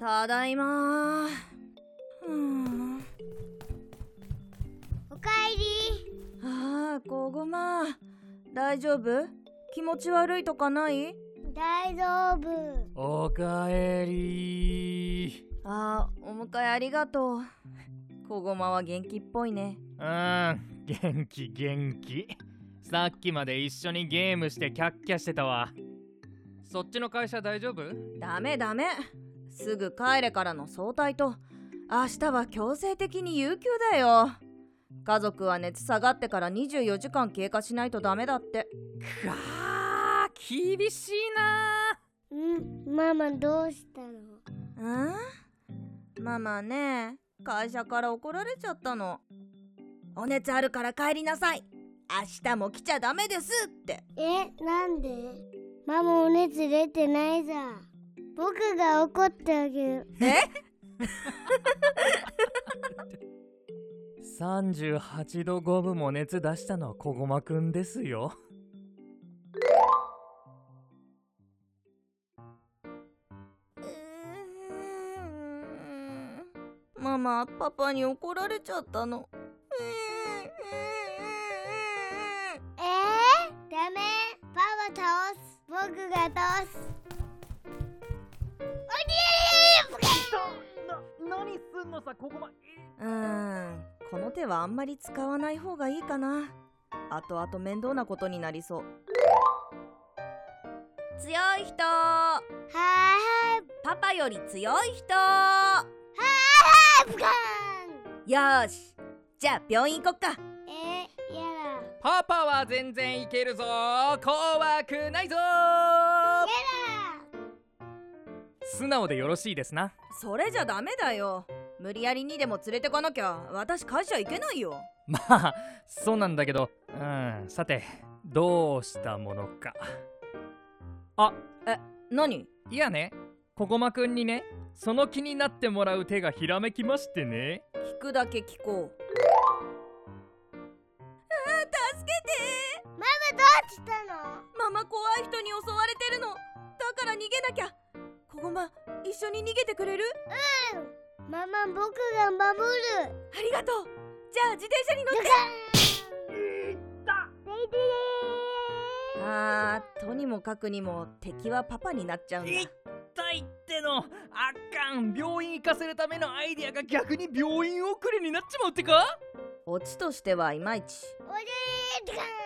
ただいま。 おかえり。 ああ、こごま。大丈夫？気持ち悪いとかない？ 大丈夫。 おかえり。 ああ、お迎えありがとう。こごまは元気っぽいね。 元気。さっきまで一緒にゲームしてキャッキャしてたわ。そっちの会社大丈夫？ ダメ。すぐ帰れからの早退と、明日は強制的に有給だよ。家族は熱下がってから24時間経過しないとダメだって。 厳しいな。 ママどうしたの？ ママね、会社から怒られちゃったの。お熱あるから帰りなさい。明日も来ちゃダメですって。 なんで？ママお熱出てないじゃん。僕が怒ってあげる。 38度5分も熱出したのはこごまくんですよ。 ママ、パパに怒られちゃったの。 ダメ。パパ倒す。僕が倒す。 何すんのさ、こごま。 この手はあんまり使わない方がいいかな。後々面倒なことになりそう。強い人。 はーい。 パパより強い人。 ブカよーし、じゃあ病院行こっか。 やだ。 パパは全然いけるぞ。怖くないぞ。素直でよろしいですな。 それじゃダメだよ。無理やりにでも連れてかなきゃ私会社行けないよ。 まあそうなんだけど、さてどうしたものか。 何？ いやね、こごまくんにね、その気になってもらう手がひらめきましてね。 聞くだけ聞こう。助けて。 ママどうしたの？ ママ怖い人に襲われてるの。だから逃げなきゃ。こごま、一緒に逃げてくれる？ ママ僕が守る。 ありがとう。じゃあ自転車に乗って。とにもかくにも敵はパパになっちゃうんだ。 痛いっての。あかん。病院行かせるためのアイデアが逆に病院遅れになっちまうってか。 オチとしてはいまいち。 おじー